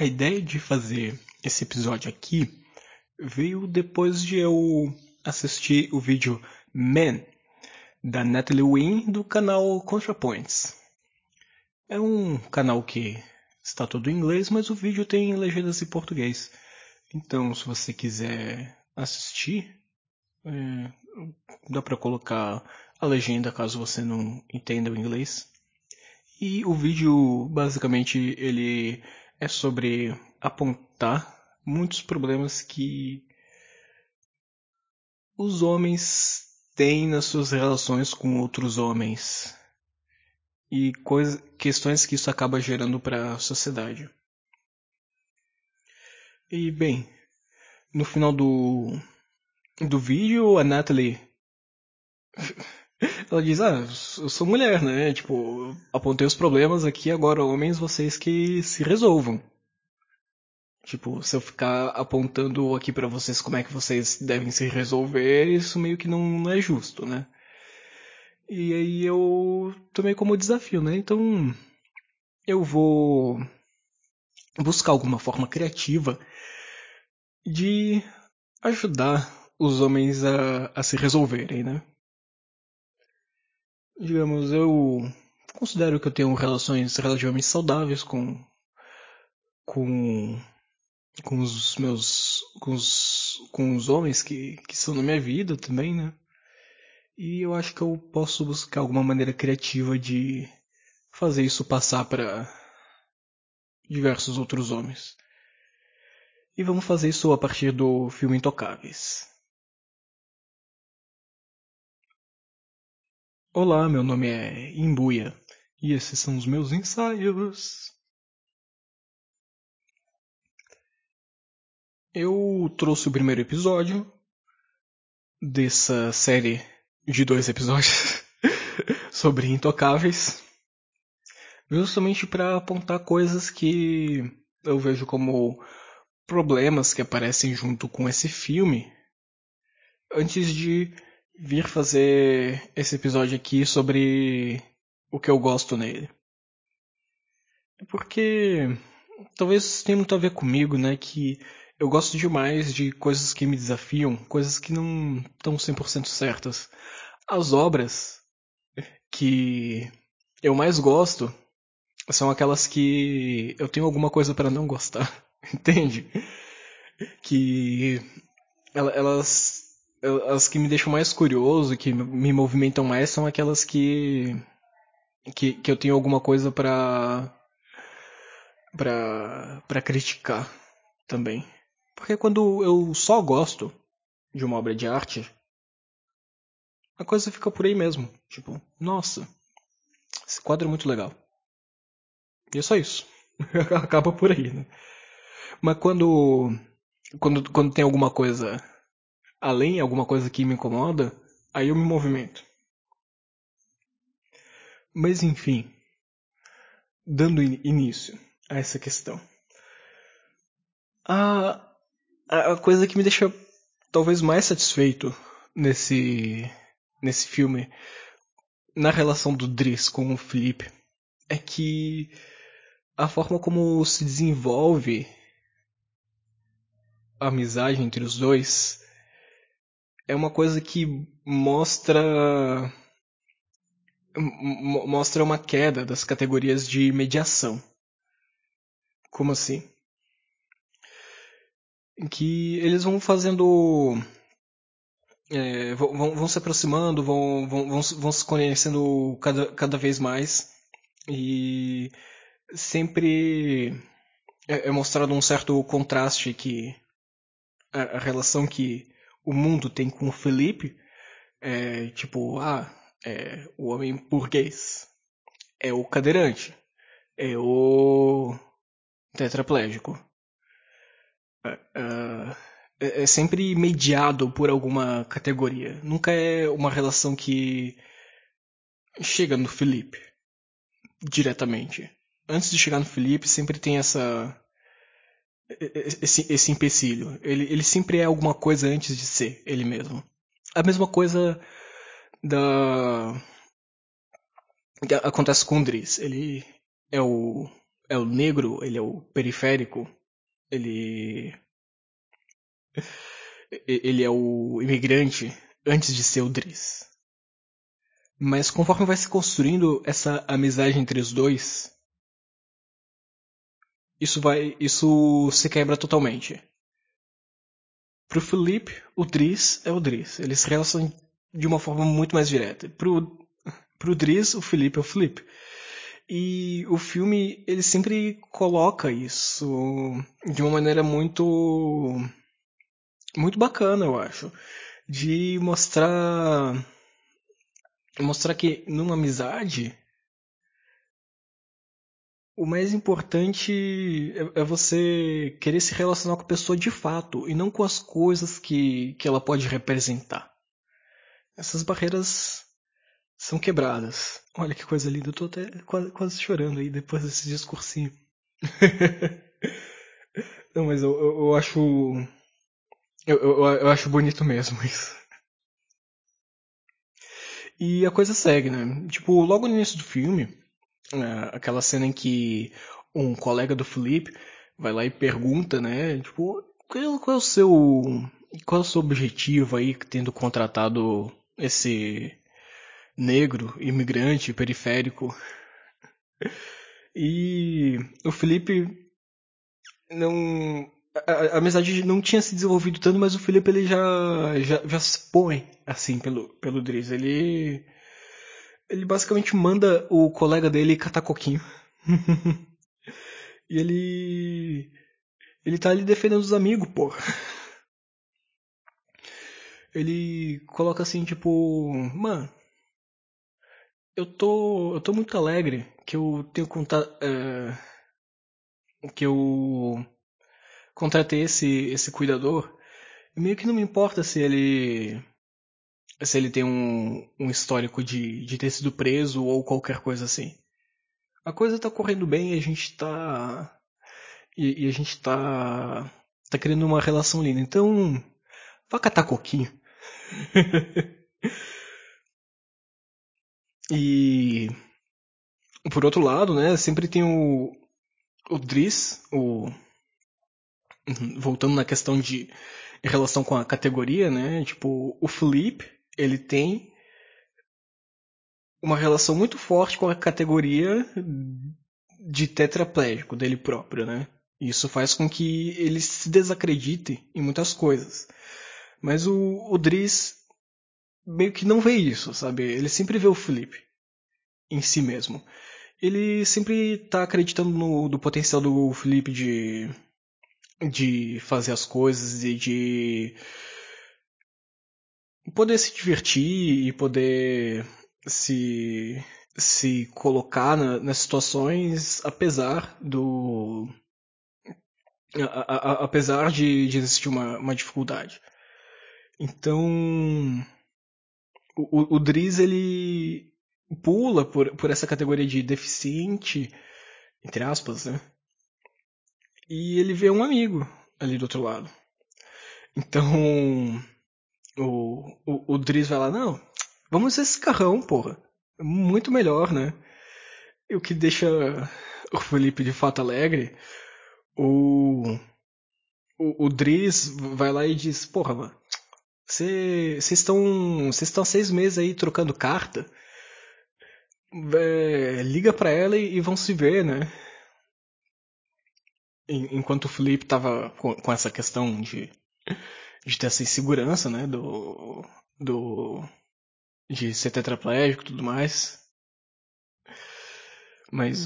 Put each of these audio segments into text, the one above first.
A ideia de fazer esse episódio aqui veio depois de eu assistir o vídeo Man, da Natalie Wynn, do canal ContraPoints. É um canal que está todo em inglês, mas o vídeo tem legendas em português. Então, se você quiser assistir, dá para colocar a legenda caso você não entenda o inglês. E o vídeo, basicamente, ele é sobre apontar muitos problemas que os homens têm nas suas relações com outros homens e questões que isso acaba gerando para a sociedade. E, bem, no final do vídeo, a Natalie ela diz, eu sou mulher, né? Tipo, apontei os problemas aqui, agora homens, vocês que se resolvam. Tipo, se eu ficar apontando aqui pra vocês como é que vocês devem se resolver, isso meio que não é justo, né? E aí eu tomei como desafio, né? Então eu vou buscar alguma forma criativa de ajudar os homens a se resolverem, né? Digamos, eu considero que eu tenho relações relativamente saudáveis com, com os meus, com os homens que são na minha vida também, né? E eu acho que eu posso buscar alguma maneira criativa de fazer isso passar para diversos outros homens. E vamos fazer isso a partir do filme Intocáveis. Olá, meu nome é Imbuia e esses são os meus ensaios. Eu trouxe o primeiro episódio dessa série de 2 episódios sobre Intocáveis, justamente para apontar coisas que eu vejo como problemas que aparecem junto com esse filme, antes de vir fazer esse episódio aqui sobre o que eu gosto nele. Porque talvez tenha muito a ver comigo, né, que eu gosto demais de coisas que me desafiam, coisas que não estão 100% certas. As obras que eu mais gosto são aquelas que eu tenho alguma coisa para não gostar, entende? Que elas as que me deixam mais curioso, que me movimentam mais, são aquelas que eu tenho alguma coisa pra criticar também. Porque quando eu só gosto de uma obra de arte, a coisa fica por aí mesmo. Tipo, nossa, esse quadro é muito legal. E é só isso. Acaba por aí, né? Mas quando tem alguma coisa além, alguma coisa que me incomoda, aí eu me movimento. Mas enfim, dando início a essa questão. A, a coisa que me deixa talvez mais satisfeito nesse filme, na relação do Driss com o Felipe, é que a forma como se desenvolve a amizade entre os dois é uma coisa que mostra uma queda das categorias de mediação. Como assim? Em que eles vão fazendo. Vão se aproximando, vão se conhecendo cada vez mais. E sempre é mostrado um certo contraste que a relação que o mundo tem com o Felipe é tipo, é o homem burguês, é o cadeirante, é o tetraplégico. É sempre mediado por alguma categoria. Nunca é uma relação que chega no Felipe diretamente. Antes de chegar no Felipe, sempre tem esse empecilho. Ele sempre é alguma coisa antes de ser ele mesmo. A mesma coisa da que acontece com o Driss. Ele é o é o negro, ele é o periférico, ele ele é o imigrante antes de ser o Driz. Mas conforme vai se construindo essa amizade entre os dois, isso se quebra totalmente. Pro Felipe, o Driz é o Driz. Eles se relacionam de uma forma muito mais direta. Pro Driz, o Felipe é o Felipe. E o filme, ele sempre coloca isso de uma maneira muito bacana, eu acho. De mostrar que numa amizade o mais importante é você querer se relacionar com a pessoa de fato e não com as coisas que ela pode representar. Essas barreiras são quebradas. Olha que coisa linda, eu tô até quase chorando aí depois desse discursinho. Não, mas eu acho. Eu acho bonito mesmo isso. E a coisa segue, né? Tipo, logo no início do filme, aquela cena em que um colega do Felipe vai lá e pergunta, né? Tipo, qual é o seu objetivo aí tendo contratado esse negro, imigrante, periférico? E o Felipe não. A amizade não tinha se desenvolvido tanto, mas o Felipe ele já se põe assim pelo Driz. Ele basicamente manda o colega dele catar coquinho. E ele tá ali defendendo os amigos, pô. Ele coloca assim, tipo, mano, eu tô muito alegre que eu tenho que eu contratei esse cuidador. E meio que não me importa se ele tem um histórico de ter sido preso ou qualquer coisa assim. A coisa tá correndo bem e a gente tá e a gente tá criando uma relação linda. Então, vá catar coquinho. E por outro lado, né, sempre tem o Driz, voltando na questão de em relação com a categoria, né, tipo, o Felipe, ele tem uma relação muito forte com a categoria de tetraplégico dele próprio, né? Isso faz com que ele se desacredite em muitas coisas. Mas o Driz meio que não vê isso, sabe? Ele sempre vê o Felipe em si mesmo. Ele sempre tá acreditando no potencial do Felipe de fazer as coisas e de poder se divertir e poder se, se colocar nas situações apesar de existir uma dificuldade. Então, o Driz ele pula por essa categoria de deficiente, entre aspas, né? E ele vê um amigo ali do outro lado. Então, o Driz vai lá, não, vamos esse carrão, porra. Muito melhor, né? E o que deixa o Felipe de fato alegre, o, o Driz vai lá e diz, porra, mano, vocês estão 6 meses aí trocando carta, liga pra ela e vão se ver, né? Enquanto o Felipe tava com essa questão de ter essa insegurança, né? Do, de ser tetraplégico e tudo mais. Mas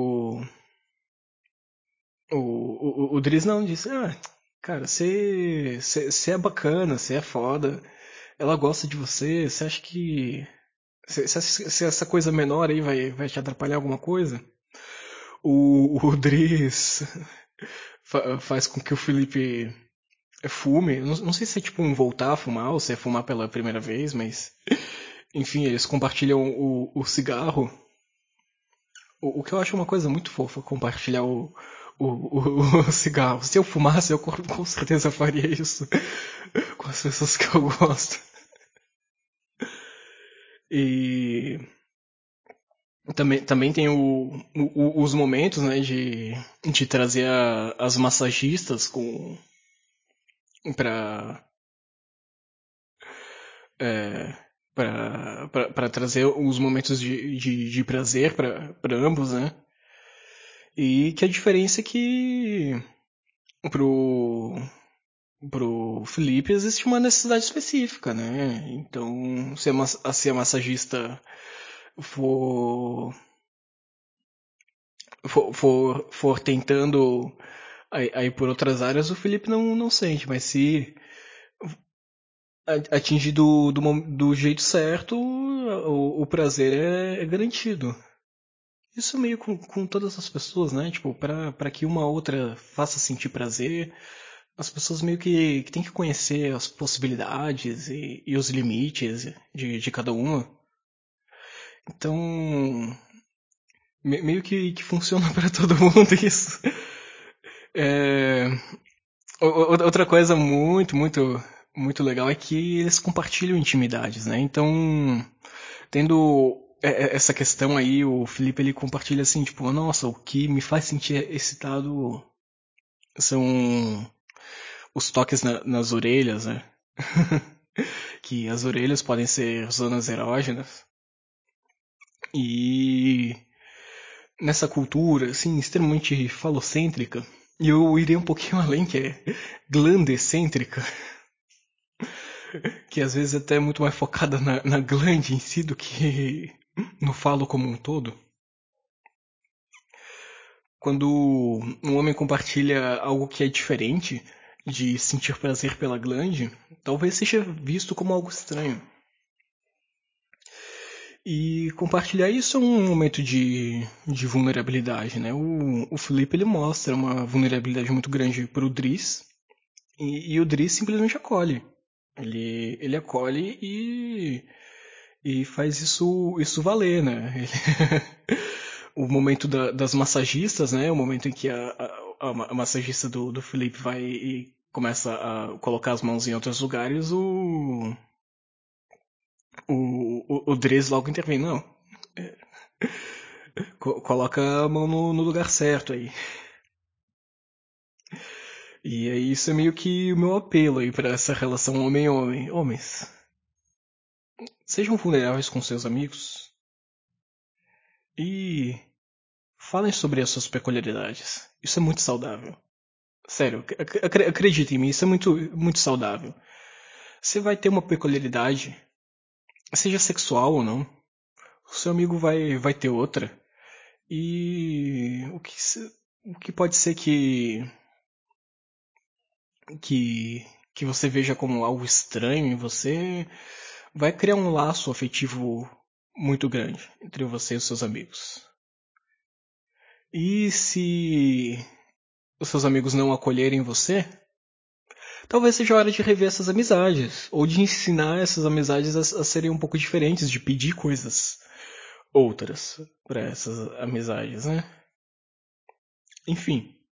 o Driz não disse, cara, você é bacana, você é foda, ela gosta de você, você acha que. Se essa coisa menor aí vai te atrapalhar alguma coisa? O Driz faz com que o Felipe fume. Não sei se é tipo um voltar a fumar ou se é fumar pela primeira vez, mas. Enfim, eles compartilham o cigarro. O que eu acho uma coisa muito fofa, compartilhar o cigarro. Se eu fumasse, eu com certeza faria isso com as pessoas que eu gosto. E Também tem os momentos, né, de trazer as massagistas pra, é, pra trazer os momentos de prazer pra ambos, né? E que a diferença é que pro, pro Felipe existe uma necessidade específica, né? Então, se a massagista for, for tentando aí por outras áreas, o Felipe não sente, mas se atingir do jeito certo, o prazer é garantido. Isso meio com todas as pessoas, né? Tipo, pra que uma outra faça sentir prazer, as pessoas meio que têm que conhecer as possibilidades e os limites de cada uma. Então, meio que funciona pra todo mundo isso. É, outra coisa muito legal é que eles compartilham intimidades, né? Então, tendo essa questão aí, o Felipe ele compartilha assim, tipo, nossa, o que me faz sentir excitado são os toques nas orelhas, né? Que as orelhas podem ser zonas erógenas. E nessa cultura, assim, extremamente falocêntrica, e eu iria um pouquinho além, que é glandecêntrica, que às vezes até é muito mais focada na glande em si do que no falo como um todo. Quando um homem compartilha algo que é diferente de sentir prazer pela glande, talvez seja visto como algo estranho. E compartilhar isso é um momento de vulnerabilidade, né? O Felipe ele mostra uma vulnerabilidade muito grande pro Driss e o Driss simplesmente acolhe. Ele acolhe e faz isso valer, né? O momento das massagistas, né? O momento em que a massagista do Felipe vai e começa a colocar as mãos em outros lugares, o Driss logo intervém. Não, coloca a mão no lugar certo aí. E aí isso é meio que o meu apelo aí pra essa relação homem-homem. Homens, sejam vulneráveis com seus amigos e falem sobre as suas peculiaridades. Isso é muito saudável. Sério, acredita em mim, isso é muito saudável. Você vai ter uma peculiaridade, seja sexual ou não. O seu amigo vai ter outra. E o que pode ser que, que você veja como algo estranho em você, vai criar um laço afetivo muito grande entre você e os seus amigos. E se os seus amigos não acolherem você, talvez seja hora de rever essas amizades, ou de ensinar essas amizades a serem um pouco diferentes, de pedir coisas outras para essas amizades, né? Enfim,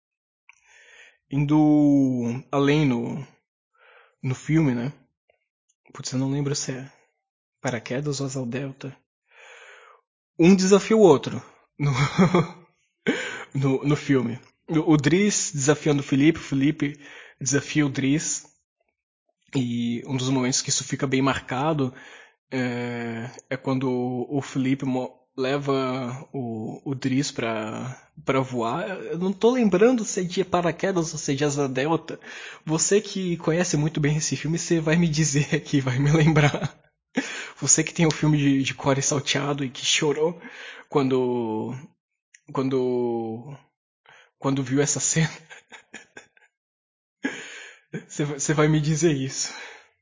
indo além no filme, né? Putz, eu não lembro se é Paraquedas ou Asa Delta. Um desafia o outro no, no filme. O Driss desafiando o Felipe desafia o Driss, e um dos momentos que isso fica bem marcado é quando o Felipe leva o Driss pra voar. Eu não tô lembrando se é de paraquedas ou se é de asa delta. Você que conhece muito bem esse filme, você vai me dizer aqui, vai me lembrar. Você que tem o filme de core salteado e que chorou quando quando quando viu essa cena, você vai me dizer isso.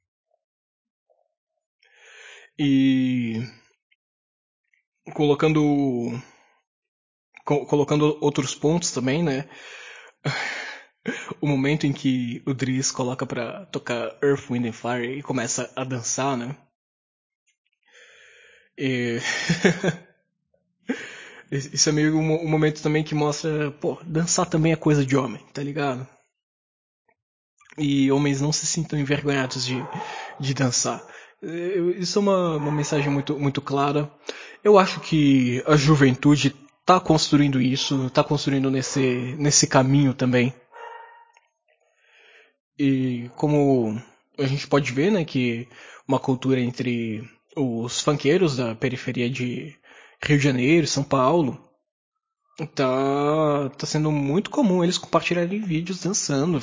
E colocando colocando outros pontos também, né? O momento em que o Driss coloca pra tocar Earth, Wind and Fire e começa a dançar, né? E... Isso é meio um momento também que mostra, pô, dançar também é coisa de homem, tá ligado? E homens não se sintam envergonhados de dançar. Isso é uma mensagem muito clara. Eu acho que a juventude tá construindo isso, tá construindo nesse caminho também. E como a gente pode ver, né, que uma cultura entre os funkeiros da periferia de Rio de Janeiro, São Paulo, tá sendo muito comum eles compartilharem vídeos dançando,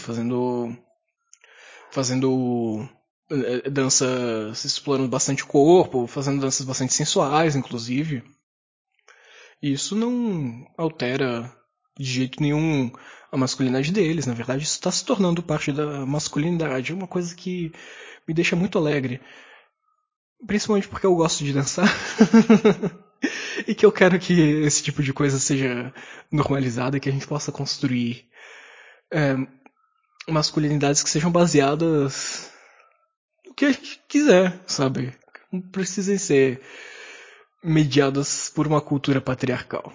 fazendo danças explorando bastante o corpo, fazendo danças bastante sensuais, inclusive. E isso não altera de jeito nenhum a masculinidade deles. Na verdade, isso está se tornando parte da masculinidade. É uma coisa que me deixa muito alegre. Principalmente porque eu gosto de dançar. E que eu quero que esse tipo de coisa seja normalizada, que a gente possa construir masculinidades que sejam baseadas no que a gente quiser, sabe? Não precisem ser mediadas por uma cultura patriarcal.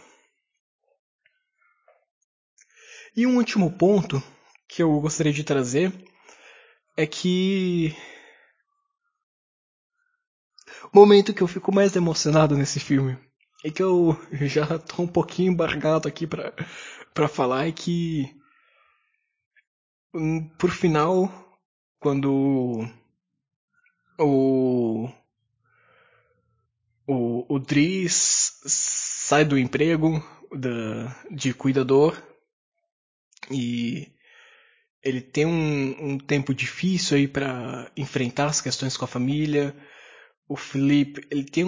E um último ponto que eu gostaria de trazer é que o momento que eu fico mais emocionado nesse filme e que eu já tô um pouquinho embargado aqui pra falar é que por final, quando o o Driz sai do emprego de cuidador e ele tem um tempo difícil aí para enfrentar as questões com a família. O Felipe, ele tem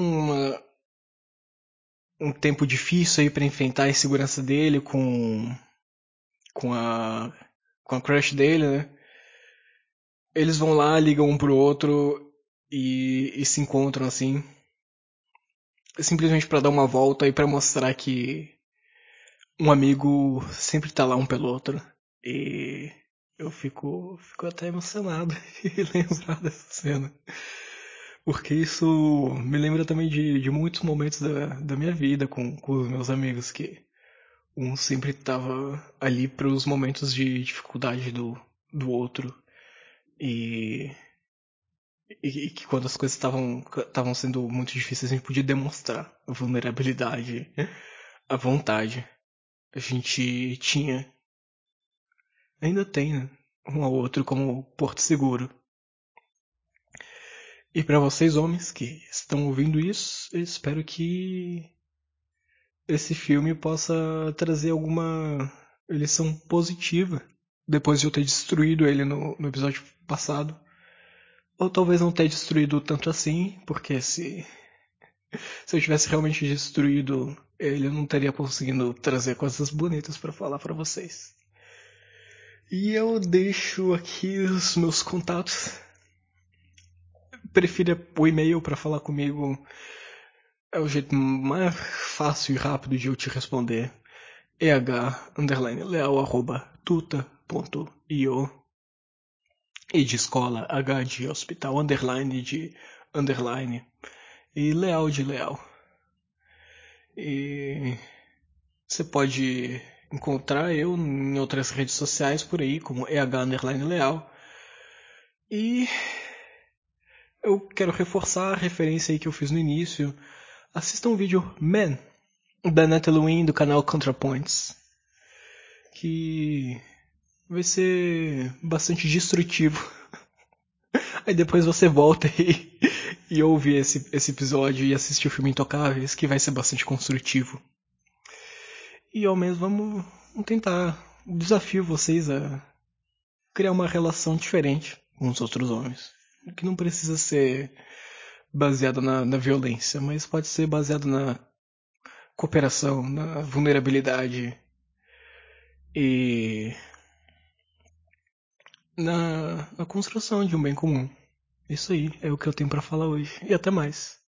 um tempo difícil aí para enfrentar a insegurança dele com a com a crush dele, né? Eles vão lá, ligam um pro outro e se encontram assim, simplesmente para dar uma volta e para mostrar que um amigo sempre tá lá um pelo outro. E eu fico até emocionado de lembrar dessa cena. Porque isso me lembra também de muitos momentos da minha vida com os meus amigos, que um sempre tava ali para os momentos de dificuldade do outro. E, e que quando as coisas estavam sendo muito difíceis, a gente podia demonstrar a vulnerabilidade, a vontade. A gente tinha, ainda tem, né? Um ao outro como porto seguro. E para vocês, homens, que estão ouvindo isso, eu espero que esse filme possa trazer alguma lição positiva depois de eu ter destruído ele no episódio passado. Ou talvez não ter destruído tanto assim, porque se eu tivesse realmente destruído ele, eu não teria conseguido trazer coisas bonitas para falar para vocês. E eu deixo aqui os meus contatos. Prefira o e-mail para falar comigo. É o jeito mais fácil e rápido de eu te responder. eh_leal@tuta.io e de escola h de hospital underline de underline e leal de leal. E você pode encontrar eu em outras redes sociais por aí, como eh_leal. E eu quero reforçar a referência aí que eu fiz no início. Assista um vídeo Man, da Natalie Wynn, do canal ContraPoints, que vai ser bastante destrutivo. Aí depois você volta e ouve esse episódio e assiste o filme Intocáveis, que vai ser bastante construtivo. E ao menos vamos tentar, desafio vocês a criar uma relação diferente com os outros homens. Que não precisa ser baseada na violência, mas pode ser baseada na cooperação, na vulnerabilidade e na construção de um bem comum. Isso aí é o que eu tenho pra falar hoje. E até mais.